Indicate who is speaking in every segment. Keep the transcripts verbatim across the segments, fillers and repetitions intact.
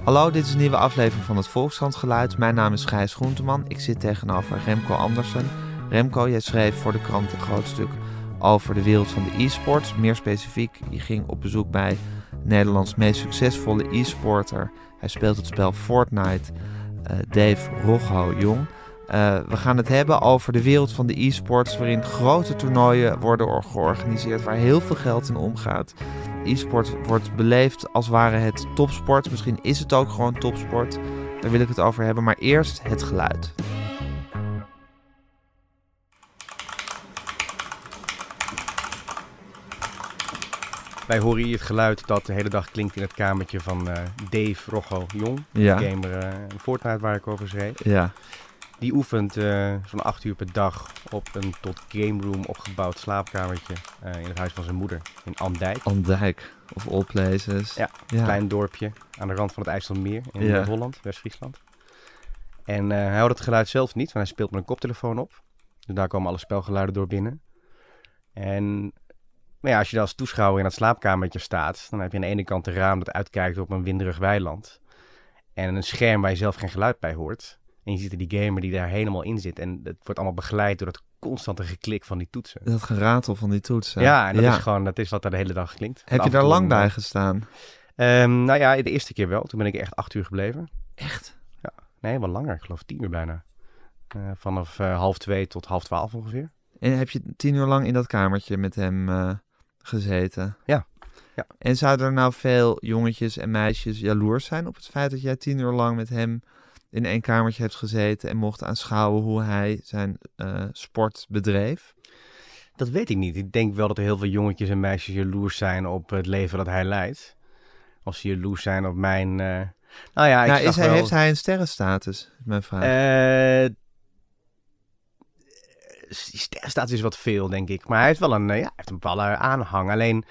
Speaker 1: Hallo, dit is een nieuwe aflevering van het Volkskrant-geluid. Mijn naam is Gijs Groenteman. Ik zit tegenover Remco Andersen. Remco, jij schreef voor de krant een groot stuk over de wereld van de e-sports. Meer specifiek, je ging op bezoek bij Nederlands meest succesvolle e-sporter. Hij speelt het spel Fortnite, uh, Dave Roggo Jong. Uh, we gaan het hebben over de wereld van de e-sports, waarin grote toernooien worden georganiseerd, waar heel veel geld in omgaat. E-sport wordt beleefd als ware het topsport. Misschien is het ook gewoon topsport. Daar wil ik het over hebben, maar eerst het geluid.
Speaker 2: Wij horen hier het geluid dat de hele dag klinkt in het kamertje van uh, Dave Roggo Jong.
Speaker 1: Ja.
Speaker 2: De gamer uh, Fortnite waar ik over schreef.
Speaker 1: Ja.
Speaker 2: Die oefent uh, zo'n acht uur per dag op een tot game room opgebouwd slaapkamertje uh, in het huis van zijn moeder in Andijk.
Speaker 1: Andijk, of all places.
Speaker 2: Ja, een
Speaker 1: ja.
Speaker 2: klein dorpje aan de rand van het IJsselmeer in
Speaker 1: Ja.
Speaker 2: Holland, West-Friesland. En uh, hij hoort het geluid zelf niet, want hij speelt met een koptelefoon op. Dus daar komen alle spelgeluiden door binnen. En maar ja, als je dan als toeschouwer in het slaapkamertje staat, dan heb je aan de ene kant een raam dat uitkijkt op een winderig weiland. En een scherm waar je zelf geen geluid bij hoort. En je ziet er die gamer die daar helemaal in zit. En het wordt allemaal begeleid door dat constante geklik van die toetsen.
Speaker 1: Dat geratel van die toetsen.
Speaker 2: Ja, en dat
Speaker 1: ja.
Speaker 2: is gewoon, dat is wat daar de hele dag klinkt.
Speaker 1: Heb je daar lang bij gestaan?
Speaker 2: Um, nou ja, de eerste keer wel. Toen ben ik echt acht uur gebleven.
Speaker 1: Echt?
Speaker 2: Ja, nee, wel langer. Ik geloof tien uur bijna. Uh, vanaf uh, half twee tot half twaalf ongeveer.
Speaker 1: En heb je tien uur lang in dat kamertje met hem uh, gezeten?
Speaker 2: Ja. ja.
Speaker 1: En zouden er nou veel jongetjes en meisjes jaloers zijn op het feit dat jij tien uur lang met hem in één kamertje hebt gezeten en mocht aanschouwen hoe hij zijn uh, sport bedreef?
Speaker 2: Dat weet ik niet. Ik denk wel dat er heel veel jongetjes en meisjes jaloers zijn op het leven dat hij leidt. Of ze jaloers zijn op mijn... Uh... Nou ja, ik
Speaker 1: nou, is hij,
Speaker 2: wel...
Speaker 1: heeft hij een sterrenstatus? Is mijn vraag.
Speaker 2: Uh... Die sterrenstatus is wat veel, denk ik. Maar hij heeft wel een, uh, ja, hij heeft een bepaalde aanhang. Alleen,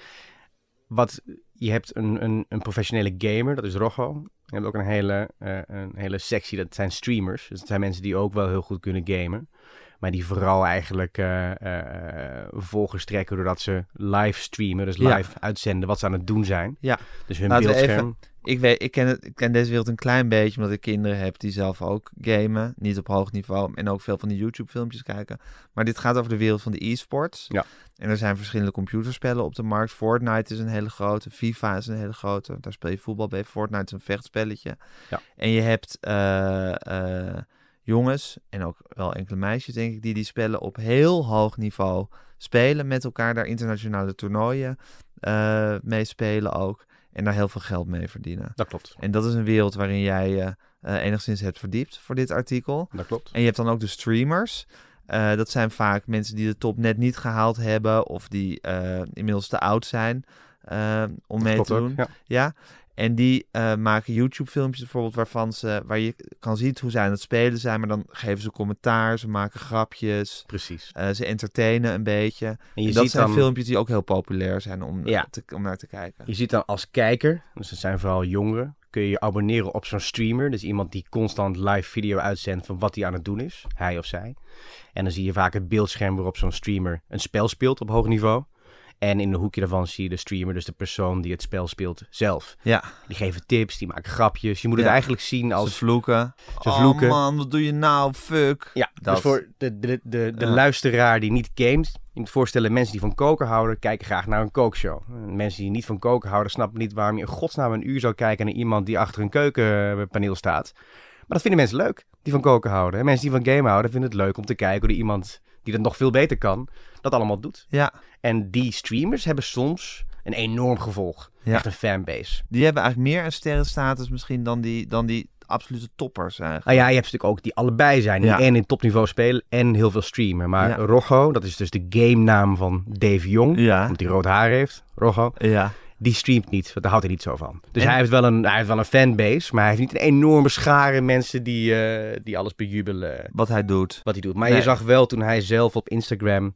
Speaker 2: wat, je hebt een, een, een professionele gamer, dat is Roggo. Je hebt ook een hele, uh, een hele sectie, dat zijn streamers. Dus dat zijn mensen die ook wel heel goed kunnen gamen. Maar die vooral eigenlijk uh, uh, volgers trekken doordat ze live streamen. Dus live ja. uitzenden wat ze aan het doen zijn.
Speaker 1: Ja.
Speaker 2: Dus hun
Speaker 1: Laten
Speaker 2: beeldscherm.
Speaker 1: Even, ik, weet, ik, ken het, ik ken deze wereld een klein beetje, omdat ik kinderen heb die zelf ook gamen. Niet op hoog niveau. En ook veel van die YouTube-filmpjes kijken. Maar dit gaat over de wereld van de e-sports.
Speaker 2: Ja. En
Speaker 1: er zijn verschillende computerspellen op de markt. Fortnite is een hele grote. FIFA is een hele grote. Daar speel je voetbal bij. Fortnite is een vechtspelletje.
Speaker 2: Ja.
Speaker 1: En je hebt uh, uh, jongens en ook wel enkele meisjes, denk ik, die die spellen op heel hoog niveau spelen met elkaar. Daar internationale toernooien uh, mee spelen ook. En daar heel veel geld mee verdienen.
Speaker 2: Dat klopt.
Speaker 1: En dat is een wereld waarin jij uh, uh, enigszins hebt verdiept voor dit artikel.
Speaker 2: Dat klopt.
Speaker 1: En je hebt dan ook de streamers. Uh, dat zijn vaak mensen die de top net niet gehaald hebben of die uh, inmiddels te oud zijn uh, om
Speaker 2: dat
Speaker 1: mee
Speaker 2: klopt
Speaker 1: te doen.
Speaker 2: Ook, ja.
Speaker 1: ja. En die uh, maken YouTube-filmpjes bijvoorbeeld waarvan ze, waar je kan zien hoe zij aan het spelen zijn, maar dan geven ze commentaar, ze maken grapjes.
Speaker 2: Precies.
Speaker 1: Uh, ze entertainen een beetje.
Speaker 2: En, je
Speaker 1: en dat
Speaker 2: ziet
Speaker 1: zijn
Speaker 2: dan...
Speaker 1: filmpjes die ook heel populair zijn om,
Speaker 2: ja.
Speaker 1: te, om naar te kijken.
Speaker 2: Je ziet dan als kijker, dus het zijn vooral jongeren, kun je je abonneren op zo'n streamer. Dus iemand die constant live video uitzendt van wat hij aan het doen is, hij of zij. En dan zie je vaak het beeldscherm waarop zo'n streamer een spel speelt op hoog niveau. En in een hoekje daarvan zie je de streamer, dus de persoon die het spel speelt, zelf.
Speaker 1: Ja.
Speaker 2: Die geven tips, die maken grapjes. Je moet
Speaker 1: ja.
Speaker 2: het eigenlijk zien als...
Speaker 1: Ze vloeken.
Speaker 2: Ze vloeken.
Speaker 1: Oh man, wat doe je nou? Fuck.
Speaker 2: Ja, dat. Dus voor de, de, de, de
Speaker 1: ja.
Speaker 2: luisteraar die niet gamet, je moet voorstellen, mensen die van koken houden, kijken graag naar een kookshow. Mensen die niet van koken houden, snappen niet waarom je in godsnaam een uur zou kijken naar iemand die achter een keukenpaneel staat. Maar dat vinden mensen leuk, die van koken houden. En mensen die van gamen houden, vinden het leuk om te kijken hoe iemand die dat nog veel beter kan, dat allemaal doet.
Speaker 1: Ja.
Speaker 2: En die streamers hebben soms een enorm gevolg. Ja. Echt een fanbase.
Speaker 1: Die hebben eigenlijk meer een sterrenstatus misschien dan die, dan die absolute toppers eigenlijk.
Speaker 2: Ah ja, je hebt natuurlijk ook die allebei zijn.
Speaker 1: Ja.
Speaker 2: Die en in topniveau spelen en heel veel streamen. Maar ja. Roggo, dat is dus de game naam van Dave Jong.
Speaker 1: Ja.
Speaker 2: Omdat hij rood haar heeft. Roggo.
Speaker 1: Ja.
Speaker 2: Die streamt niet, want daar houdt hij niet zo van. Dus en... hij, heeft wel een, hij heeft wel een fanbase, maar hij heeft niet een enorme schare mensen die, uh, die alles bejubelen.
Speaker 1: Wat hij doet.
Speaker 2: Wat hij doet. Maar
Speaker 1: nee.
Speaker 2: je zag wel toen hij zelf op Instagram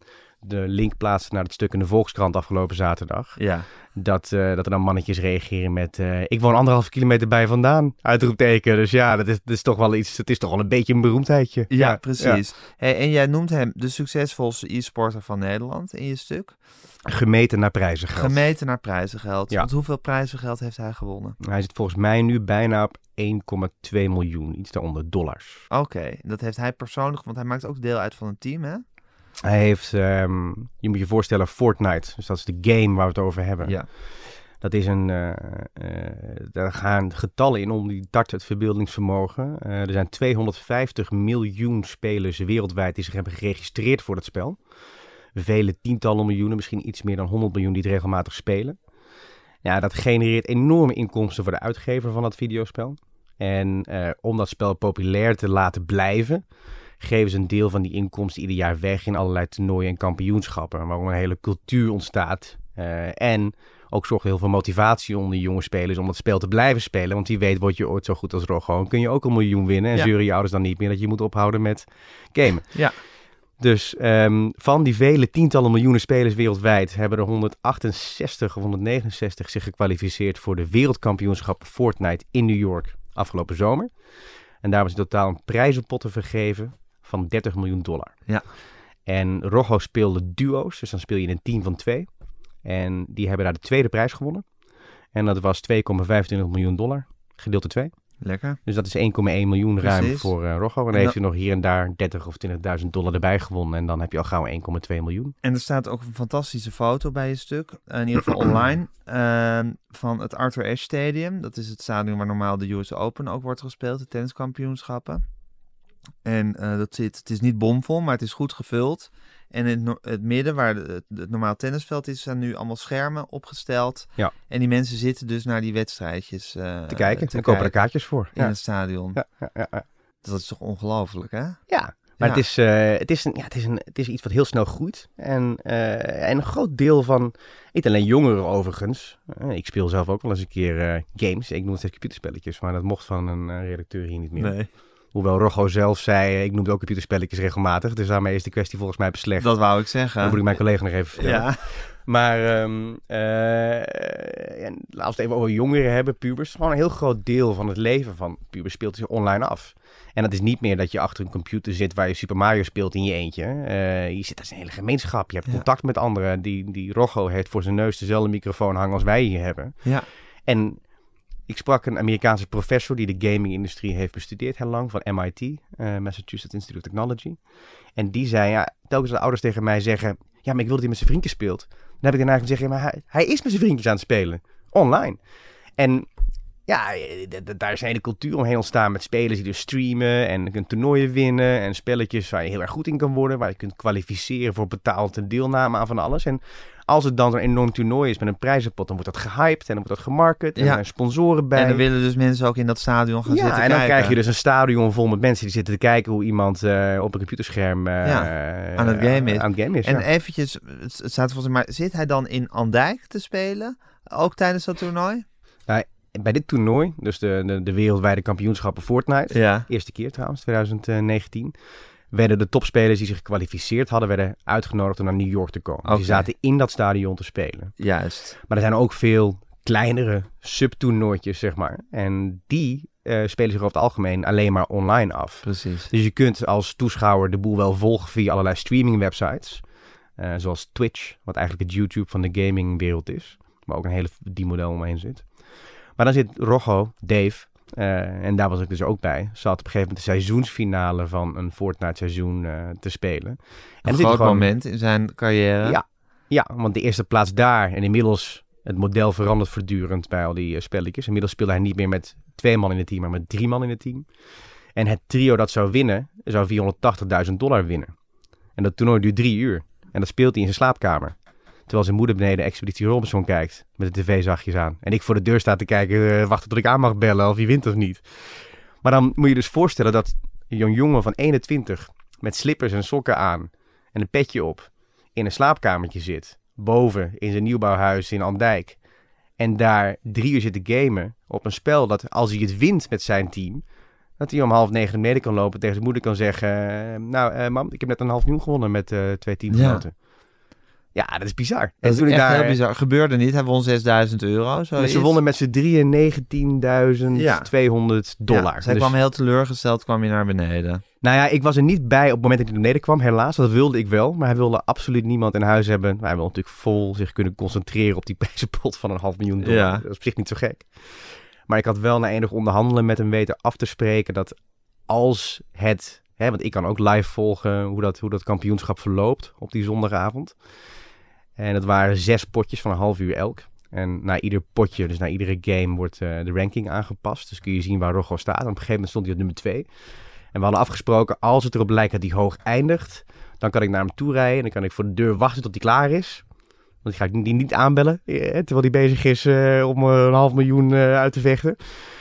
Speaker 2: de link plaatste naar het stuk in de Volkskrant afgelopen zaterdag.
Speaker 1: Ja.
Speaker 2: Dat, uh, dat er dan mannetjes reageren met... Uh, ik woon anderhalf kilometer bij vandaan, uitroepteken. Dus ja, dat is, dat is toch wel iets... Het is toch wel een beetje een beroemdheidje.
Speaker 1: Ja, ja precies.
Speaker 2: Ja.
Speaker 1: Hey, en jij noemt hem de succesvolste e-sporter van Nederland in je stuk.
Speaker 2: Gemeten naar prijzengeld.
Speaker 1: Gemeten naar prijzengeld.
Speaker 2: Ja.
Speaker 1: Want hoeveel prijzengeld heeft hij gewonnen?
Speaker 2: Hij zit volgens mij nu bijna op één komma twee miljoen. Iets daaronder dollars.
Speaker 1: Oké, okay. Dat heeft hij persoonlijk... Want hij maakt ook deel uit van een team, hè?
Speaker 2: Hij heeft, um, je moet je voorstellen, Fortnite. Dus dat is de game waar we het over hebben.
Speaker 1: Ja.
Speaker 2: Dat is een, uh, uh, daar gaan getallen in om die tart het verbeeldingsvermogen. Uh, er zijn tweehonderdvijftig miljoen spelers wereldwijd die zich hebben geregistreerd voor dat spel. Vele tientallen miljoenen, misschien iets meer dan honderd miljoen die het regelmatig spelen. Ja, dat genereert enorme inkomsten voor de uitgever van dat videospel. En uh, om dat spel populair te laten blijven... geven ze een deel van die inkomsten ieder jaar weg in allerlei toernooien en kampioenschappen. Waarom een hele cultuur ontstaat. Uh, en ook zorgt heel veel motivatie onder jonge spelers om dat spel te blijven spelen. Want wie weet word je ooit zo goed als Roggo. Dan kun je ook een miljoen winnen. En ja. zeuren je ouders dan niet meer dat je moet ophouden met gamen.
Speaker 1: Ja.
Speaker 2: Dus um, van die vele tientallen miljoenen spelers wereldwijd hebben er honderdachtenzestig of honderdnegenenzestig zich gekwalificeerd voor de wereldkampioenschappen Fortnite in New York afgelopen zomer. En daar was in totaal een prijzenpotten vergeven van dertig miljoen dollar.
Speaker 1: Ja.
Speaker 2: En Roggo speelde duo's, dus dan speel je in een team van twee. En die hebben daar de tweede prijs gewonnen. En dat was twee komma vijfentwintig miljoen dollar, gedeeld door twee.
Speaker 1: Lekker.
Speaker 2: Dus dat is één komma één miljoen ruim
Speaker 1: Precies.
Speaker 2: voor uh, Roggo. En dan
Speaker 1: en
Speaker 2: heeft
Speaker 1: dan...
Speaker 2: hij nog hier en daar dertig of twintigduizend dollar erbij gewonnen. En dan heb je al gauw één komma twee miljoen.
Speaker 1: En er staat ook een fantastische foto bij je stuk, uh, in ieder geval online, uh, van het Arthur Ashe Stadium. Dat is het stadion waar normaal de U S Open ook wordt gespeeld, de tenniskampioenschappen. En uh, dat zit, het is niet bomvol, maar het is goed gevuld. En in het, het midden, waar het, het normaal tennisveld is, zijn nu allemaal schermen opgesteld.
Speaker 2: Ja.
Speaker 1: En die mensen zitten dus naar die wedstrijdjes uh,
Speaker 2: te kijken.
Speaker 1: Te
Speaker 2: en kopen er kaartjes voor.
Speaker 1: In
Speaker 2: ja.
Speaker 1: het stadion.
Speaker 2: Ja, ja, ja, ja.
Speaker 1: Dat is toch ongelooflijk, hè?
Speaker 2: Ja. Maar
Speaker 1: ja.
Speaker 2: het, is, uh, het, is een, ja, het, is een, het is iets wat heel snel groeit. En, uh, en een groot deel van, niet alleen jongeren overigens. Uh, ik speel zelf ook wel eens een keer uh, games. Ik noem het steeds computerspelletjes, maar dat mocht van een uh, redacteur hier niet meer.
Speaker 1: Nee.
Speaker 2: Hoewel Roggo zelf zei, ik noemde ook computerspellethet regelmatig. Dus daarmee is de kwestie volgens mij beslecht.
Speaker 1: Dat wou ik zeggen.
Speaker 2: Dat moet ik mijn collega nog even vertellen.
Speaker 1: Ja.
Speaker 2: Maar um, uh, ja, laten we het even over jongeren hebben, pubers. Gewoon een heel groot deel van het leven van pubers speelt zich online af. En dat is niet meer dat je achter een computer zit waar je Super Mario speelt in je eentje. Uh, je zit als een hele gemeenschap. Je hebt ja. contact met anderen. Die, die Roggo heeft voor zijn neus dezelfde microfoon hangen als wij hier hebben.
Speaker 1: Ja.
Speaker 2: En ik sprak een Amerikaanse professor die de gaming-industrie heeft bestudeerd heel lang van M I T, uh, Massachusetts Institute of Technology. En die zei, ja, telkens de ouders tegen mij zeggen, ja, maar ik wil dat hij met zijn vriendjes speelt. Dan heb ik daarna gezegd, ja, maar hij, hij is met zijn vriendjes aan het spelen, online. En ja, daar is een hele cultuur omheen ontstaan met spelers die dus streamen en kunnen toernooien winnen en spelletjes waar je heel erg goed in kan worden, waar je kunt kwalificeren voor betaalde deelname aan van alles. En als het dan zo'n enorm toernooi is met een prijzenpot, dan wordt dat gehyped en dan wordt dat gemarket en
Speaker 1: ja.
Speaker 2: er zijn sponsoren bij.
Speaker 1: En dan willen dus mensen ook in dat stadion gaan
Speaker 2: ja,
Speaker 1: zitten
Speaker 2: en dan
Speaker 1: kijken.
Speaker 2: krijg je dus een stadion vol met mensen die zitten te kijken hoe iemand uh, op een computerscherm uh,
Speaker 1: ja, aan het game is.
Speaker 2: Aan het game is
Speaker 1: en
Speaker 2: ja.
Speaker 1: eventjes, het staat volgens mij, zit hij dan in Andijk te spelen? Ook tijdens dat toernooi?
Speaker 2: Nou, bij dit toernooi, dus de, de, de wereldwijde kampioenschappen Fortnite,
Speaker 1: ja.
Speaker 2: eerste keer trouwens, twintig negentien, werden de topspelers die zich gekwalificeerd hadden, werden uitgenodigd om naar New York te komen. Okay. Dus die zaten in dat stadion te spelen.
Speaker 1: Juist.
Speaker 2: Maar er zijn ook veel kleinere subtoernooitjes, zeg maar. En die uh, spelen zich over het algemeen alleen maar online af.
Speaker 1: Precies.
Speaker 2: Dus je kunt als toeschouwer de boel wel volgen via allerlei streaming websites. Uh, zoals Twitch, wat eigenlijk het YouTube van de gamingwereld is. Maar ook een hele die model omheen zit. Maar dan zit Roggo, Dave, uh, en daar was ik dus ook bij, zat op een gegeven moment de seizoensfinale van een Fortnite seizoen uh, te spelen.
Speaker 1: Een
Speaker 2: en
Speaker 1: groot
Speaker 2: gewoon...
Speaker 1: moment in zijn carrière.
Speaker 2: Ja, ja, want de eerste plaats daar en inmiddels het model verandert voortdurend bij al die uh, spelletjes. Inmiddels speelde hij niet meer met twee man in het team, maar met drie man in het team. En het trio dat zou winnen, zou vierhonderdtachtigduizend dollar winnen. En dat toernooi duurt drie uur. En dat speelt hij in zijn slaapkamer. Terwijl zijn moeder beneden Expeditie Robinson kijkt. Met de tv zachtjes aan. En ik voor de deur sta te kijken. Uh, wachten tot ik aan mag bellen of hij wint of niet. Maar dan moet je dus voorstellen dat een jongen van eenentwintig. Met slippers en sokken aan. En een petje op. In een slaapkamertje zit. Boven in zijn nieuwbouwhuis in Andijk. En daar drie uur zit te gamen. Op een spel dat als hij het wint met zijn team. Dat hij om half negen beneden kan lopen. Tegen zijn moeder kan zeggen. Uh, nou uh, mam, ik heb net een half miljoen gewonnen met uh, twee teamgenoten.
Speaker 1: Ja.
Speaker 2: Ja, dat is bizar.
Speaker 1: Dat is
Speaker 2: toen
Speaker 1: echt
Speaker 2: ik daar,
Speaker 1: heel bizar. Gebeurde niet. Hij won zesduizend euro. Zoiets.
Speaker 2: Ze wonnen met z'n drieën negentienduizend tweehonderd dollar.
Speaker 1: Ja, zij
Speaker 2: dus,
Speaker 1: kwam heel teleurgesteld, kwam je naar beneden.
Speaker 2: Nou ja, ik was er niet bij op het moment dat hij naar beneden kwam, helaas. Dat wilde ik wel, maar hij wilde absoluut niemand in huis hebben. Hij wil natuurlijk vol zich kunnen concentreren op die prijzenpot van een half miljoen dollar.
Speaker 1: Ja.
Speaker 2: Dat is op zich niet zo gek. Maar ik had wel na enig onderhandelen met hem weten af te spreken dat als het... Hè, want ik kan ook live volgen hoe dat, hoe dat kampioenschap verloopt op die zondagavond. En dat waren zes potjes van een half uur elk. En na ieder potje, dus na iedere game, wordt uh, de ranking aangepast. Dus kun je zien waar Rogo staat. En op een gegeven moment stond hij op nummer twee. En we hadden afgesproken, als het erop lijkt dat hij hoog eindigt, dan kan ik naar hem toe rijden. En dan kan ik voor de deur wachten tot hij klaar is. Want ik ga die niet aanbellen, terwijl hij bezig is uh, om uh, een half miljoen uh, uit te vechten.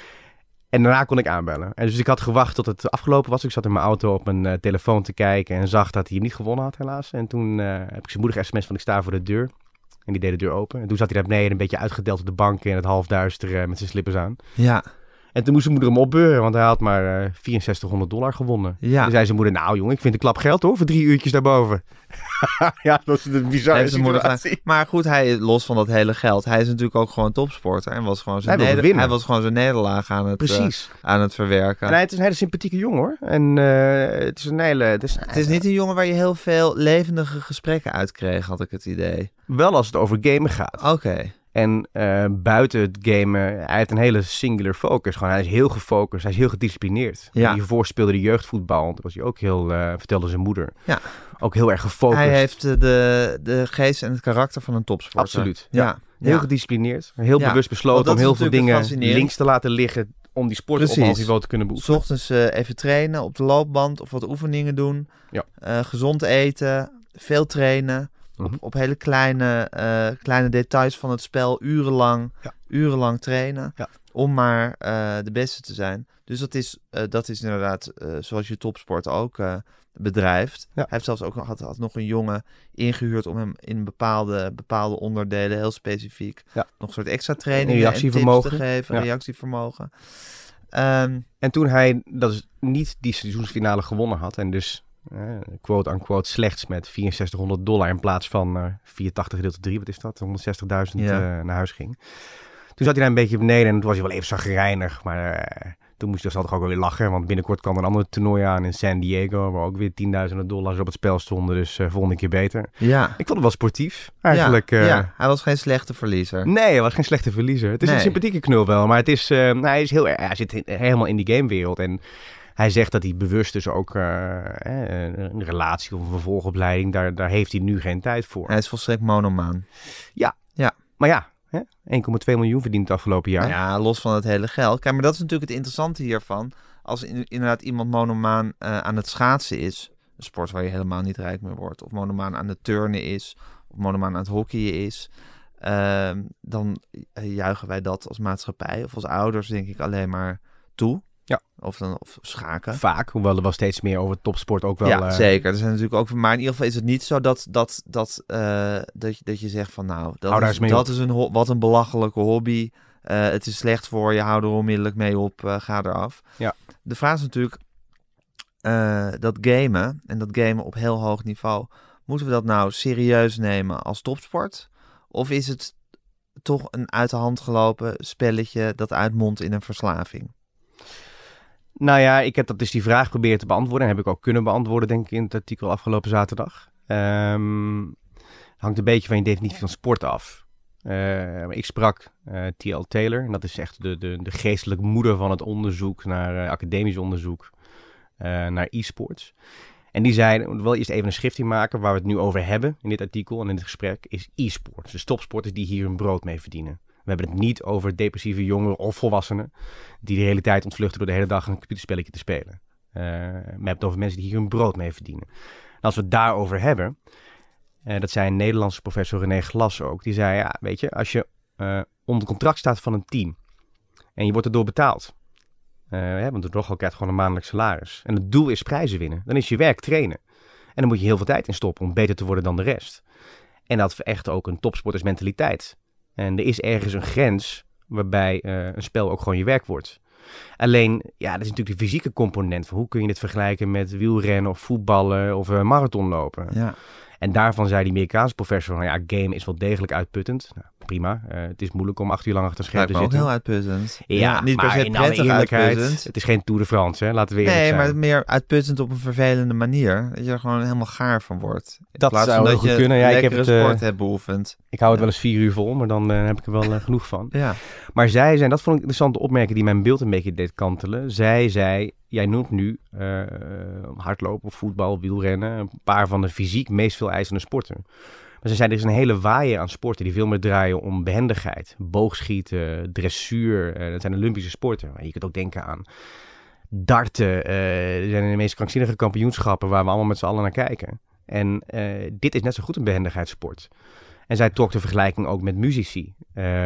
Speaker 2: En daarna kon ik aanbellen. En dus ik had gewacht tot het afgelopen was. Ik zat in mijn auto op mijn uh, telefoon te kijken en zag dat hij hem niet gewonnen had, helaas. En toen uh, heb ik zijn moeder sms van ik sta voor de deur. En die deed de deur open. En toen zat hij daar beneden een beetje uitgedeeld op de bank in het halfduister uh, met zijn slippers aan.
Speaker 1: Ja.
Speaker 2: En toen moest zijn moeder hem opbeuren, want hij had maar uh, vierenzestighonderd dollar gewonnen.
Speaker 1: Ja.
Speaker 2: Toen zei zijn moeder, nou jongen, ik vind een klap geld hoor, voor drie uurtjes daarboven. Ja, dat is een bizarre situatie.
Speaker 1: Maar goed, hij, los van dat hele geld, hij is natuurlijk ook gewoon topsporter. En was gewoon zijn,
Speaker 2: hij
Speaker 1: neder- hij was gewoon zijn nederlaag aan het,
Speaker 2: Precies.
Speaker 1: Uh, aan het verwerken.
Speaker 2: En hij het is een hele sympathieke jongen hoor. En uh, het is een hele... Het is,
Speaker 1: het is niet een jongen waar je heel veel levendige gesprekken uit kreeg, had ik het idee.
Speaker 2: Wel als het over gamen gaat.
Speaker 1: Oké. Okay.
Speaker 2: En uh, buiten het gamen, hij heeft een hele singular focus. Gewoon, hij is heel gefocust, hij is heel gedisciplineerd.
Speaker 1: Ja.
Speaker 2: Hiervoor speelde de jeugdvoetbal. Toen was hij ook heel, uh, vertelde zijn moeder.
Speaker 1: Ja.
Speaker 2: Ook heel erg gefocust.
Speaker 1: Hij heeft de, de geest en het karakter van een topsporter.
Speaker 2: Absoluut. Ja.
Speaker 1: Ja.
Speaker 2: Heel
Speaker 1: ja.
Speaker 2: gedisciplineerd. Heel
Speaker 1: ja.
Speaker 2: bewust besloten om heel veel dingen links te laten liggen. Om die sport
Speaker 1: Precies.
Speaker 2: op een hoog niveau te kunnen beoefenen.
Speaker 1: 's Ochtends uh, even trainen op de loopband of wat oefeningen doen.
Speaker 2: Ja.
Speaker 1: Uh, gezond eten, veel trainen.
Speaker 2: Mm-hmm.
Speaker 1: Op, op hele kleine, uh, kleine details van het spel urenlang, ja. urenlang trainen.
Speaker 2: Ja.
Speaker 1: Om maar uh, de beste te zijn. Dus dat is, uh, dat is inderdaad uh, zoals je topsport ook uh, bedrijft. Ja. Hij heeft zelfs ook had, had nog een jongen ingehuurd om hem in bepaalde, bepaalde onderdelen heel specifiek ja. nog een soort extra trainingen en tips te geven. Ja. Reactievermogen. Um,
Speaker 2: en toen hij dat is niet die seizoensfinale gewonnen had en dus Uh, quote-unquote slechts met vierenzestighonderd dollar in plaats van uh, vierentachtig gedeeld door drie, wat is dat? honderdzestigduizend ja. uh, naar huis ging. Toen zat hij daar een beetje beneden en toen was hij wel even zagrijnig, maar uh, toen moest hij dus altijd ook wel weer lachen, want binnenkort kwam een ander toernooi aan in San Diego, waar ook weer tienduizenden dollars op het spel stonden, dus uh, volgende keer beter.
Speaker 1: Ja.
Speaker 2: Ik vond het wel sportief, eigenlijk.
Speaker 1: Ja,
Speaker 2: uh,
Speaker 1: ja. Hij was geen slechte verliezer.
Speaker 2: Nee, hij was geen slechte verliezer. Het is nee. een sympathieke knul wel, maar het is, uh, nou, hij, is heel, hij zit helemaal in die gamewereld en hij zegt dat hij bewust dus ook uh, een relatie of een vervolgopleiding, daar, daar heeft hij nu geen tijd voor.
Speaker 1: Hij is volstrekt monomaan.
Speaker 2: Ja,
Speaker 1: ja.
Speaker 2: maar ja, hè? één komma twee miljoen verdiend het afgelopen jaar.
Speaker 1: Ja, los van het hele geld. Kijk, maar dat is natuurlijk het interessante hiervan. Als in, inderdaad iemand monomaan uh, aan het schaatsen is, een sport waar je helemaal niet rijk meer wordt, of monomaan aan het turnen is, of monomaan aan het hockeyen is, uh, dan juichen wij dat als maatschappij of als ouders denk ik alleen maar toe.
Speaker 2: Ja.
Speaker 1: Of, dan, of schaken.
Speaker 2: Vaak, hoewel er wel steeds meer over topsport ook wel...
Speaker 1: Ja,
Speaker 2: uh...
Speaker 1: zeker. Er zijn natuurlijk ook... Maar in ieder geval is het niet zo dat, dat, dat, uh, dat, je, dat je zegt van nou... Dat, is, dat is een ho- wat een belachelijke hobby. Uh, het is slecht voor je. Hou er onmiddellijk mee op. Uh, ga eraf.
Speaker 2: Ja.
Speaker 1: De vraag is natuurlijk... Uh, dat gamen, en dat gamen op heel hoog niveau... Moeten we dat nou serieus nemen als topsport? Of is het toch een uit de hand gelopen spelletje... dat uitmondt in een verslaving?
Speaker 2: Nou ja, ik heb dat dus die vraag proberen te beantwoorden. En heb ik ook kunnen beantwoorden, denk ik, in het artikel afgelopen zaterdag. Um, hangt een beetje van je definitie van sport af. Uh, ik sprak uh, T L Taylor. En dat is echt de, de, de geestelijke moeder van het onderzoek naar uh, academisch onderzoek uh, naar e-sports. En die zei, we willen eerst even een schriftje maken waar we het nu over hebben in dit artikel en in dit gesprek, is e-sports. Dus topsporters die hier hun brood mee verdienen. We hebben het niet over depressieve jongeren of volwassenen die de realiteit ontvluchten door de hele dag een computerspelletje te spelen. Uh, we hebben het over mensen die hier hun brood mee verdienen. En als we het daarover hebben, uh, dat zei een Nederlandse professor René Glas ook, die zei, ja, weet je, als je uh, onder contract staat van een team en je wordt erdoor betaald, uh, hè, want de Rogo krijgt gewoon een maandelijk salaris en het doel is prijzen winnen, dan is je werk trainen. En dan moet je heel veel tijd in stoppen om beter te worden dan de rest. En dat verecht ook een topsportersmentaliteit. En er is ergens een grens waarbij uh, een spel ook gewoon je werk wordt. Alleen, ja, dat is natuurlijk de fysieke component van hoe kun je dit vergelijken met wielrennen of voetballen of uh, marathonlopen.
Speaker 1: Ja.
Speaker 2: En daarvan zei die Amerikaanse professor, nou ja, game is wel degelijk uitputtend. Nou, prima, uh, het is moeilijk om acht uur lang achter een scherm te zitten.
Speaker 1: ook heel uitputtend.
Speaker 2: Ja, ja niet per se prettig uitputtend. Het is geen Tour de France, hè? Laten we eerlijk
Speaker 1: nee,
Speaker 2: zijn.
Speaker 1: Nee, maar meer uitputtend op een vervelende manier. Dat je er gewoon helemaal gaar van wordt. In
Speaker 2: dat
Speaker 1: plaats
Speaker 2: zou
Speaker 1: van dat
Speaker 2: goed
Speaker 1: je
Speaker 2: kunnen. Ja, ik heb het,
Speaker 1: sport
Speaker 2: uh,
Speaker 1: hebt beoefend.
Speaker 2: Ik hou het ja. wel eens vier uur vol, maar dan uh, heb ik er wel uh, genoeg van.
Speaker 1: Ja.
Speaker 2: Maar zij zei, dat vond ik een interessante opmerking die mijn beeld een beetje deed kantelen. Zij zei, jij noemt nu uh, hardlopen, voetbal, wielrennen, een paar van de fysiek meest veel eisende sporten. Maar ze zei, er is een hele waaier aan sporten die veel meer draaien om behendigheid. Boogschieten, dressuur, uh, dat zijn Olympische sporten. Maar je kunt ook denken aan darten. Uh, er zijn de meest krankzinnige kampioenschappen waar we allemaal met z'n allen naar kijken. En uh, dit is net zo goed een behendigheidssport. En zij trok de vergelijking ook met muzici.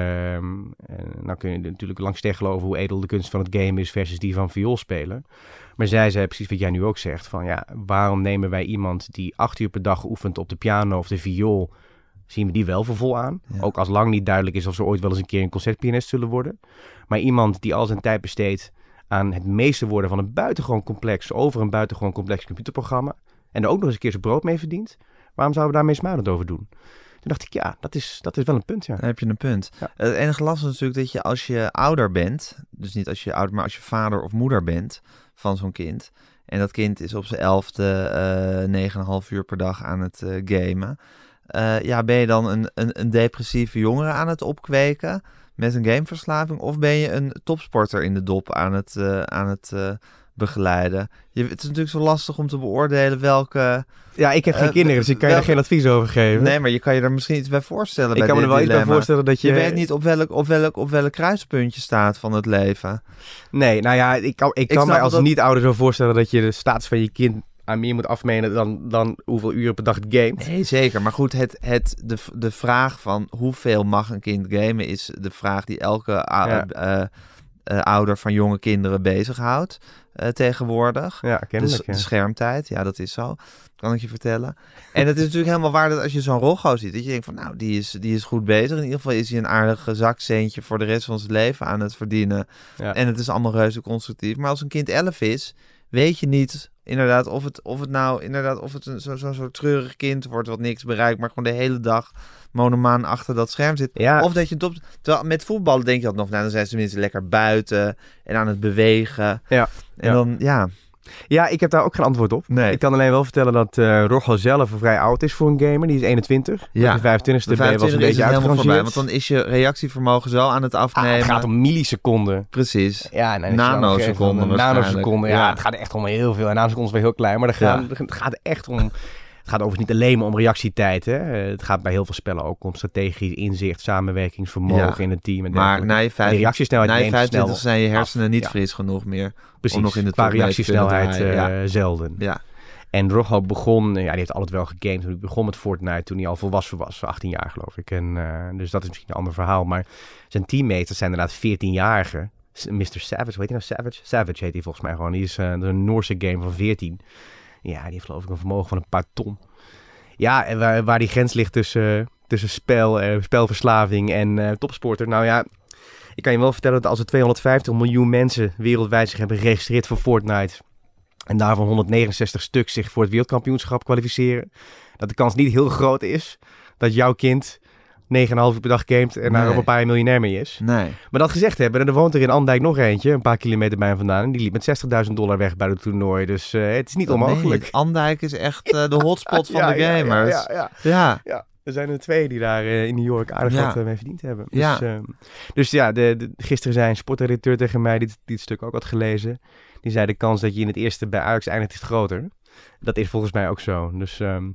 Speaker 2: Um, nou kun je natuurlijk langs tegen geloven hoe edel de kunst van het game is versus die van viool spelen. Maar zij zei precies wat jij nu ook zegt. Van ja, waarom nemen wij iemand die acht uur per dag oefent op de piano of de viool, zien we die wel voor vol aan? Ja. Ook als lang niet duidelijk is of ze ooit wel eens een keer een concertpianist zullen worden. Maar iemand die al zijn tijd besteedt aan het meester worden van een buitengewoon complex, over een buitengewoon complex computerprogramma. En er ook nog eens een keer zijn brood mee verdient. Waarom zouden we daar meesmuilend over doen? Toen dacht ik, ja, dat is, dat is wel een punt, ja.
Speaker 1: Dan heb je een punt. Ja. Het enige last is natuurlijk dat je als je ouder bent, dus niet als je ouder, maar als je vader of moeder bent van zo'n kind, en dat kind is op zijn elfde uh, negen komma vijf uur per dag aan het uh, gamen, uh, ja, ben je dan een, een, een depressieve jongere aan het opkweken met een gameverslaving, of ben je een topsporter in de dop aan het, uh, aan het uh, begeleiden? Je, het is natuurlijk zo lastig om te beoordelen welke...
Speaker 2: Ja, ik heb geen uh, kinderen, dus ik kan welke... je daar geen advies over geven.
Speaker 1: Nee, maar je kan je er misschien iets bij voorstellen.
Speaker 2: Ik
Speaker 1: bij
Speaker 2: kan me er wel
Speaker 1: dilemma.
Speaker 2: iets bij voorstellen dat je...
Speaker 1: Je weet niet op welk, op welk, op welk kruispunt je staat van het leven.
Speaker 2: Nee, nou ja, ik kan, ik kan
Speaker 1: ik
Speaker 2: mij als
Speaker 1: dat...
Speaker 2: niet-ouder zo voorstellen dat je de status van je kind aan meer moet afmenen dan, dan hoeveel uren per dag het gamet.
Speaker 1: Nee, zeker. Maar goed, het, het, de, de vraag van hoeveel mag een kind gamen is de vraag die elke ja. uh, uh, ouder van jonge kinderen bezighoudt uh, tegenwoordig.
Speaker 2: Ja, kennelijk.
Speaker 1: De,
Speaker 2: ja.
Speaker 1: de schermtijd, ja, dat is zo. Kan ik je vertellen. En het is natuurlijk helemaal waar dat als je zo'n Rocco ziet, dat je denkt van nou, die is, die is goed bezig. In ieder geval is hij een aardige zakcentje voor de rest van zijn leven aan het verdienen. Ja. En het is allemaal reuze constructief. Maar als een kind elf is, weet je niet inderdaad of het, of het nou inderdaad of het een, zo, zo, zo treurig kind wordt wat niks bereikt, maar gewoon de hele dag monomaan achter dat scherm zit.
Speaker 2: Ja.
Speaker 1: Of dat je het op... Terwijl met voetballen denk je dat nog, nou, dan zijn ze tenminste lekker buiten en aan het bewegen.
Speaker 2: Ja.
Speaker 1: En
Speaker 2: ja.
Speaker 1: dan, ja...
Speaker 2: Ja, ik heb daar ook geen antwoord op.
Speaker 1: Nee.
Speaker 2: Ik kan alleen wel vertellen dat uh, Rocco zelf vrij oud is voor een gamer. Die is eenentwintig.
Speaker 1: Ja.
Speaker 2: De vijfentwintigste ben je was een beetje
Speaker 1: uitgerangeerd. Want dan is je reactievermogen zo aan het afnemen.
Speaker 2: Ah, het gaat om milliseconden.
Speaker 1: Precies.
Speaker 2: Ja, nee,
Speaker 1: nanoseconden.
Speaker 2: Nanoseconden, ja, ja. Het gaat echt om heel veel. En nanoseconden is wel heel klein. Maar er gaat, ja. het gaat echt om... Het gaat overigens niet alleen maar om reactietijd. Hè? Het gaat bij heel veel spellen ook om strategisch inzicht, samenwerkingsvermogen ja. in het team. En
Speaker 1: maar na je vijf,
Speaker 2: reactiesnelheid
Speaker 1: na je vijfentwintig
Speaker 2: snel
Speaker 1: zijn je hersenen
Speaker 2: af.
Speaker 1: niet
Speaker 2: ja.
Speaker 1: fris genoeg meer.
Speaker 2: Precies,
Speaker 1: om nog in de
Speaker 2: qua reactiesnelheid uh,
Speaker 1: ja.
Speaker 2: zelden.
Speaker 1: Ja.
Speaker 2: En Rocco begon, ja, die heeft altijd wel gegamed. Hij begon met Fortnite toen hij al volwassen was, achttien jaar geloof ik. En, uh, dus dat is misschien een ander verhaal. Maar zijn teammates, dat zijn inderdaad veertienjarigen. mister Savage, hoe heet hij nou? Savage? Savage heet hij volgens mij gewoon. Die is uh, een Noorse game van veertien. Ja, die heeft geloof ik een vermogen van een paar ton. Ja, en waar, waar die grens ligt tussen, tussen spel, uh, spelverslaving en uh, topsporter. Nou ja, ik kan je wel vertellen dat als er tweehonderdvijftig miljoen mensen wereldwijd zich hebben geregistreerd voor Fortnite en daarvan honderdnegenenzestig stuks zich voor het wereldkampioenschap kwalificeren, dat de kans niet heel groot is dat jouw kind negen komma vijf uur per dag gamet en daar nee. over een paar jaar miljonair mee is.
Speaker 1: Nee.
Speaker 2: Maar dat gezegd hebben, er woont er in Andijk nog eentje, een paar kilometer bij hem vandaan. En die liep met zestigduizend dollar weg bij het toernooi. Dus uh, het is niet dat onmogelijk.
Speaker 1: Nee, Andijk is echt uh, de hotspot van ja, de gamers.
Speaker 2: Ja, ja, ja.
Speaker 1: ja.
Speaker 2: ja. Er zijn er twee die daar uh, in New York aardig ja. wat uh, mee verdiend hebben. Dus
Speaker 1: ja,
Speaker 2: uh, dus ja de, de, gisteren zei een sportredacteur tegen mij, die, die het stuk ook had gelezen. Die zei de kans dat je in het eerste bij Ajax eindigt is groter. Dat is volgens mij ook zo. Dus... Um,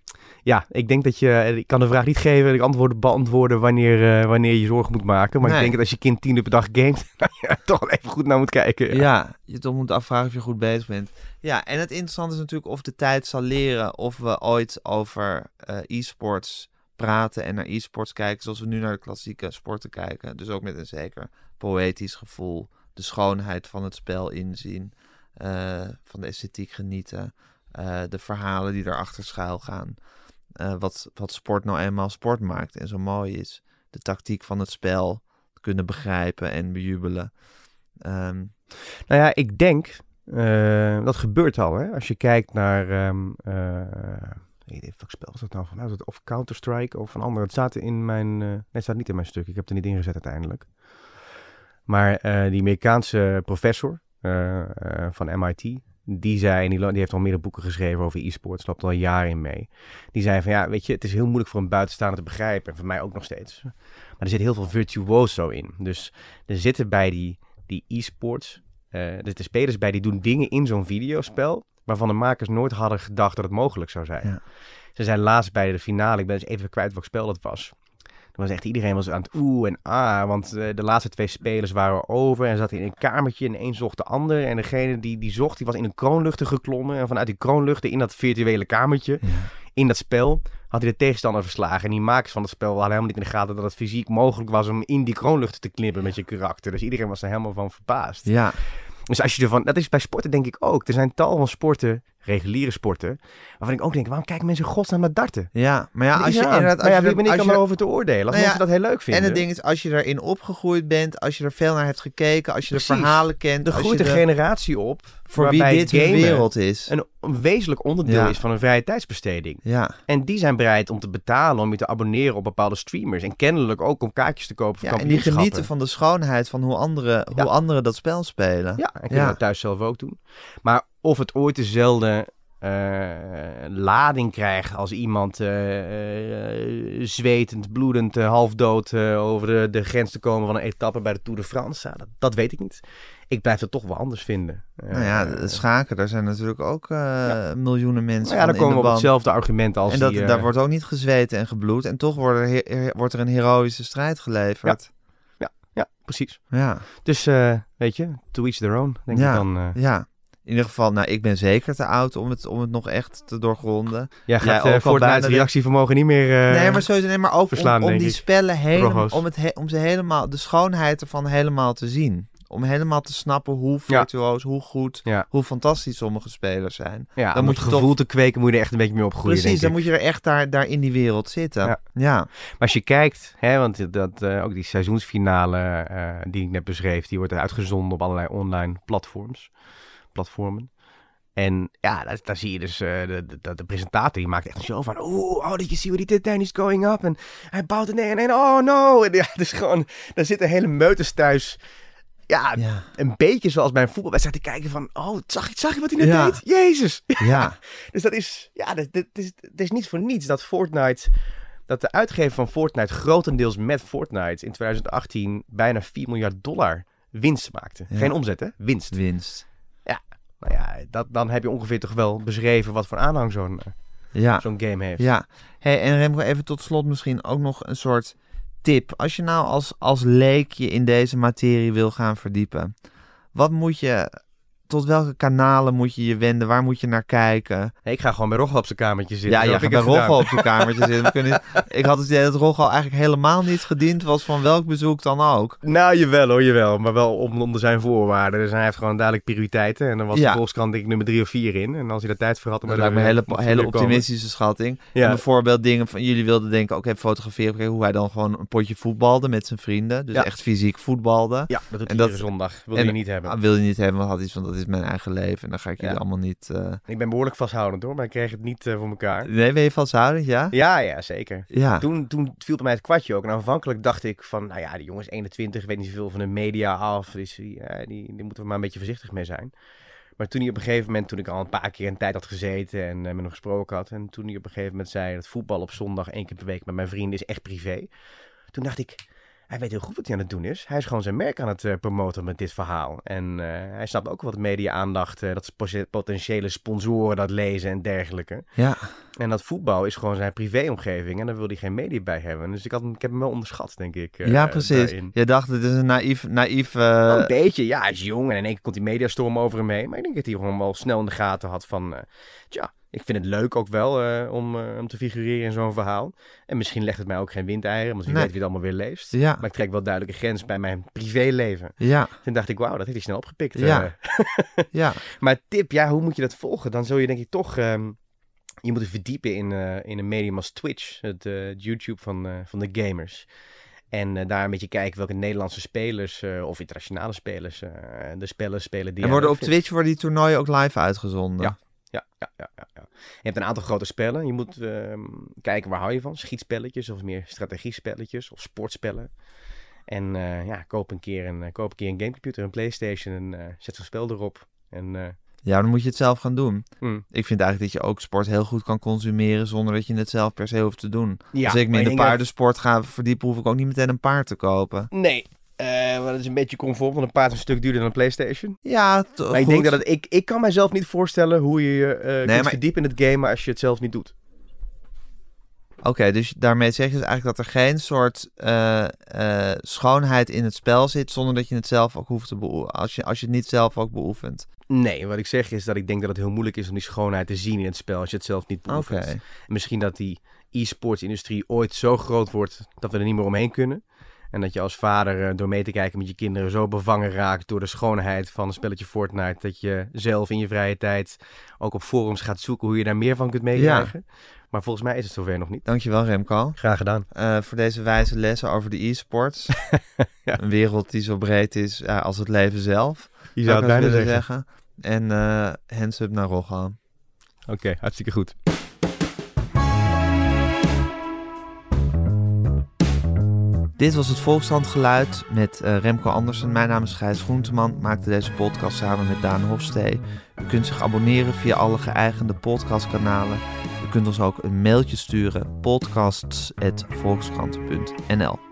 Speaker 2: Ja, ik denk dat je... Ik kan de vraag niet geven, ik antwoorden beantwoorden wanneer, uh, wanneer je zorgen moet maken. Maar nee. ik denk dat als je kind tien uur per dag gamet, dat je toch wel even goed naar moet kijken. Ja,
Speaker 1: ja je toch moet afvragen of je goed bezig bent. Ja, en het interessante is natuurlijk of de tijd zal leren of we ooit over uh, e-sports praten en naar e-sports kijken zoals we nu naar de klassieke sporten kijken. Dus ook met een zeker poëtisch gevoel, de schoonheid van het spel inzien, uh, van de esthetiek genieten, uh, de verhalen die erachter schuil gaan. Uh, wat, wat sport nou eenmaal sport maakt en zo mooi is. De tactiek van het spel kunnen begrijpen en bejubelen. Um,
Speaker 2: nou ja, ik denk, uh, dat gebeurt al. Hè? Als je kijkt naar, um, uh, weet niet, welk spel was dat nou van? Nou, was het of Counter-Strike of een ander. Het staat in mijn... Uh, nee, het staat niet in mijn stuk. Ik heb het er niet ingezet uiteindelijk. Maar uh, die Amerikaanse professor uh, uh, van M I T... Die zei, en die, die heeft al meerdere boeken geschreven over e-sports, loopt al jaren in mee. Die zei van ja, weet je, het is heel moeilijk voor een buitenstaander te begrijpen. En voor mij ook nog steeds. Maar er zit heel veel virtuoso in. Dus er zitten bij die, die e-sports, uh, dus de spelers bij, die doen dingen in zo'n videospel, waarvan de makers nooit hadden gedacht dat het mogelijk zou zijn. Ja. Ze zijn laatst bij de finale, ik ben dus even kwijt welk spel dat was. Toen was echt iedereen was aan het oeh en ah, want uh, de laatste twee spelers waren over en zaten in een kamertje en één zocht de ander. En degene die die zocht, die was in een kroonluchter geklommen en vanuit die kroonluchter in dat virtuele kamertje, ja. in dat spel, had hij de tegenstander verslagen. En die makers van het spel hadden helemaal niet in de gaten dat het fysiek mogelijk was om in die kroonluchter te knippen met je karakter. Dus iedereen was er helemaal van verbaasd.
Speaker 1: Ja.
Speaker 2: Dus als je ervan, dat is bij sporten denk ik ook. Er zijn tal van sporten, reguliere sporten, waarvan ik ook denk, waarom kijken mensen godsnaam naar darten?
Speaker 1: Ja, maar ja, als je
Speaker 2: aan.
Speaker 1: inderdaad... Als
Speaker 2: maar ja,
Speaker 1: je
Speaker 2: wie ben ik
Speaker 1: als
Speaker 2: om
Speaker 1: je,
Speaker 2: erover te oordelen? Als
Speaker 1: nou
Speaker 2: mensen
Speaker 1: ja,
Speaker 2: dat heel leuk vinden.
Speaker 1: En het ding is, als je erin opgegroeid bent, als je er veel naar hebt gekeken, als je
Speaker 2: Precies.
Speaker 1: de verhalen kent...
Speaker 2: Er groeit een de, generatie op
Speaker 1: voor wie dit hun wereld is.
Speaker 2: Een, een wezenlijk onderdeel ja. is van een vrije tijdsbesteding.
Speaker 1: Ja.
Speaker 2: En die zijn bereid om te betalen, om je te abonneren op bepaalde streamers. En kennelijk ook om kaartjes te kopen voor
Speaker 1: ja,
Speaker 2: kampioenschappen.
Speaker 1: En die genieten van de schoonheid van hoe anderen, ja. hoe anderen dat spel spelen.
Speaker 2: Ja, en kunnen ja. dat thuis zelf ook doen. Maar of het ooit dezelfde uh, lading krijgt als iemand uh, uh, zwetend, bloedend, uh, halfdood uh, over de, de grens te komen van een etappe bij de Tour de France. Ja, dat, dat weet ik niet. Ik blijf het toch wel anders vinden. Uh,
Speaker 1: nou ja, de schaken, daar zijn natuurlijk ook uh, ja. miljoenen mensen
Speaker 2: nou ja, dan komen we op hetzelfde argument als
Speaker 1: en dat,
Speaker 2: die... Uh,
Speaker 1: daar wordt ook niet gezweten en gebloed. En toch wordt er, he- wordt er een heroïsche strijd geleverd.
Speaker 2: Ja. Ja, precies.
Speaker 1: Ja.
Speaker 2: Dus, uh, weet je, to each their own, denk
Speaker 1: ja,
Speaker 2: ik dan. Uh...
Speaker 1: Ja, in ieder geval, nou, ik ben zeker te oud om het, om het nog echt te doorgronden.
Speaker 2: Jij gaat uh, Fortnite's reactievermogen niet meer uh,
Speaker 1: Nee, maar sowieso, nee, maar ook
Speaker 2: verslaan,
Speaker 1: om, om die
Speaker 2: ik.
Speaker 1: spellen helemaal, om, het he- om ze helemaal, de schoonheid ervan helemaal te zien. Om helemaal te snappen hoe virtuoos, ja. hoe goed, ja. hoe fantastisch sommige spelers zijn.
Speaker 2: Ja, dan moet je het gevoel toch... te kweken, moet je er echt een beetje mee opgroeien.
Speaker 1: Precies, dan moet je er echt daar, daar in die wereld zitten. Ja. ja.
Speaker 2: Maar als je kijkt, hè, want dat, uh, ook die seizoensfinale uh, die ik net beschreef, die wordt uitgezonden op allerlei online platforms, platformen. En ja, daar, daar zie je dus uh, de, de, de presentator, die maakt echt een show van, oh, oh, did you see what he did there? And he's going up. En hij bouwt het neer en, en oh no. En ja, dus gewoon, daar zitten hele meutes thuis. Ja, ja, een beetje zoals bij een voetbalwedstrijd te kijken van, oh, zag je, zag je wat hij net ja. deed? Jezus!
Speaker 1: Ja.
Speaker 2: Dus dat is, ja, dat, dat is, het is niet voor niets dat Fortnite, dat de uitgever van Fortnite grotendeels met Fortnite in twintig achttien bijna vier miljard dollar winst maakte. Ja. Geen omzet, hè? Winst.
Speaker 1: Winst.
Speaker 2: Ja, nou ja, dat, dan heb je ongeveer toch wel beschreven wat voor aanhang zo'n, ja. zo'n game heeft.
Speaker 1: Ja. Hey, en Remco, even tot slot misschien ook nog een soort... tip, als je nou als, als leek je in deze materie wil gaan verdiepen, wat moet je, tot welke kanalen moet je je wenden, waar moet je naar kijken?
Speaker 2: Nee, ik ga gewoon bij Rogge op zijn kamertje zitten.
Speaker 1: Ja, je gaat bij Rogge op zijn kamertje zitten. Kunnen, ik had het idee dat Rogge eigenlijk helemaal niet gediend was van welk bezoek dan ook.
Speaker 2: Nou, jawel hoor, jawel. Maar wel onder zijn voorwaarden. Dus hij heeft gewoon duidelijk prioriteiten. En dan was ja. de Volkskrant denk ik nummer drie of vier in. En als hij daar tijd voor had...
Speaker 1: Dat lijkt me een hele, hele optimistische schatting. Ja. En bijvoorbeeld dingen van... Jullie wilden denken, ook even fotograferen. Hoe hij dan gewoon een potje voetbalde met zijn vrienden. Dus ja. echt fysiek voetbalde.
Speaker 2: Ja, dat doet hij iedere zondag. Wil je niet hebben.
Speaker 1: Wil je niet hebben, want had iets van dat is mijn eigen leven. En dan ga ik jullie ja. allemaal niet... Uh...
Speaker 2: Ik ben behoorlijk vasthoudend hoor, maar ik kreeg het niet uh, voor elkaar.
Speaker 1: Nee, ben je vasthoudend, ja?
Speaker 2: Ja, ja, zeker.
Speaker 1: Ja.
Speaker 2: Toen, toen viel bij mij het kwartje ook. En aanvankelijk dacht ik van, nou ja, die jongen is eenentwintig, weet niet zoveel van de media af. Dus die, uh, die, die moeten we maar een beetje voorzichtig mee zijn. Maar toen hij op een gegeven moment, toen ik al een paar keer een tijd had gezeten en uh, met hem gesproken had. En toen hij op een gegeven moment zei dat voetbal op zondag één keer per week met mijn vrienden is echt privé. Toen dacht ik... Hij weet heel goed wat hij aan het doen is. Hij is gewoon zijn merk aan het uh, promoten met dit verhaal. En uh, hij snapt ook wat media-aandacht, uh, dat potentiële sponsoren dat lezen en dergelijke.
Speaker 1: Ja.
Speaker 2: En dat voetbal is gewoon zijn privéomgeving en daar wil hij geen media bij hebben. Dus ik, had, ik heb hem wel onderschat, denk ik. Uh,
Speaker 1: ja, precies.
Speaker 2: Daarin.
Speaker 1: Je dacht, het is een naïef... naïef uh...
Speaker 2: oh, een beetje, ja, hij is jong en in één keer komt die mediastorm over hem heen. Maar ik denk dat hij gewoon wel snel in de gaten had van... Uh, tja, ik vind het leuk ook wel uh, om, uh, om te figureren in zo'n verhaal. En misschien legt het mij ook geen windeieren, want wie nee. weet wie het allemaal weer leest.
Speaker 1: Ja.
Speaker 2: Maar ik trek wel duidelijk een grens bij mijn privéleven.
Speaker 1: Ja.
Speaker 2: Toen dacht ik, wauw, dat heeft hij snel opgepikt.
Speaker 1: Ja.
Speaker 2: Uh.
Speaker 1: ja.
Speaker 2: Maar tip, ja, hoe moet je dat volgen? Dan zul je denk ik toch... Um, je moet je verdiepen in, uh, in een medium als Twitch, het uh, YouTube van, uh, van de gamers. En uh, daar een beetje kijken welke Nederlandse spelers uh, of internationale spelers uh, de spellen spelen die...
Speaker 1: En worden op Twitch worden die toernooien ook live uitgezonden?
Speaker 2: Ja. Ja, ja, ja, ja, ja. Je hebt een aantal grote spellen. Je moet uh, kijken waar hou je van. Schietspelletjes of meer strategiespelletjes of sportspellen. En uh, ja, koop een keer een, uh, koop een keer een gamecomputer, een PlayStation en uh, zet zo'n spel erop. En, uh,
Speaker 1: ja, dan moet je het zelf gaan doen.
Speaker 2: mm.
Speaker 1: Ik vind eigenlijk dat je ook sport heel goed kan consumeren zonder dat je het zelf per se hoeft te doen.
Speaker 2: Ja,
Speaker 1: Als ik me in de paardensport
Speaker 2: dat...
Speaker 1: ga verdiepen, hoef ik ook niet meteen een paard te kopen.
Speaker 2: Nee. Uh, maar dat is een beetje comfort, want een paard is een stuk duurder dan een PlayStation.
Speaker 1: Ja, toch.
Speaker 2: Maar ik denk dat het, ik, ik kan mijzelf niet voorstellen hoe je je uh,
Speaker 1: nee,
Speaker 2: kunt
Speaker 1: maar...
Speaker 2: verdiepen in het game als je het zelf niet doet.
Speaker 1: Oké, okay, dus daarmee zeg je dus eigenlijk dat er geen soort uh, uh, schoonheid in het spel zit zonder dat je het zelf ook hoeft te beoefenen. Als je, als je het niet zelf ook beoefent.
Speaker 2: Nee, wat ik zeg is dat ik denk dat het heel moeilijk is om die schoonheid te zien in het spel als je het zelf niet beoefent.
Speaker 1: Okay.
Speaker 2: Misschien dat die e-sports industrie ooit zo groot wordt dat we er niet meer omheen kunnen. En dat je als vader uh, door mee te kijken met je kinderen zo bevangen raakt door de schoonheid van een spelletje Fortnite. Dat je zelf in je vrije tijd ook op forums gaat zoeken hoe je daar meer van kunt meekrijgen. Ja. Maar volgens mij is het zover nog niet.
Speaker 1: Dankjewel Remco.
Speaker 2: Graag gedaan.
Speaker 1: Uh, voor deze wijze lessen over de e-sports. Ja. Een wereld die zo breed is uh, als het leven zelf.
Speaker 2: Je zou het bijna zeggen.
Speaker 1: zeggen. En uh, hands up naar Rocco.
Speaker 2: Oké, okay, hartstikke goed.
Speaker 1: Dit was het Volkskrant-geluid met uh, Remco Andersen. Mijn naam is Gijs Groenteman. Ik maakte deze podcast samen met Daan Hofstee. U kunt zich abonneren via alle geëigende podcastkanalen. U kunt ons ook een mailtje sturen. podcasts at volkskrant punt n l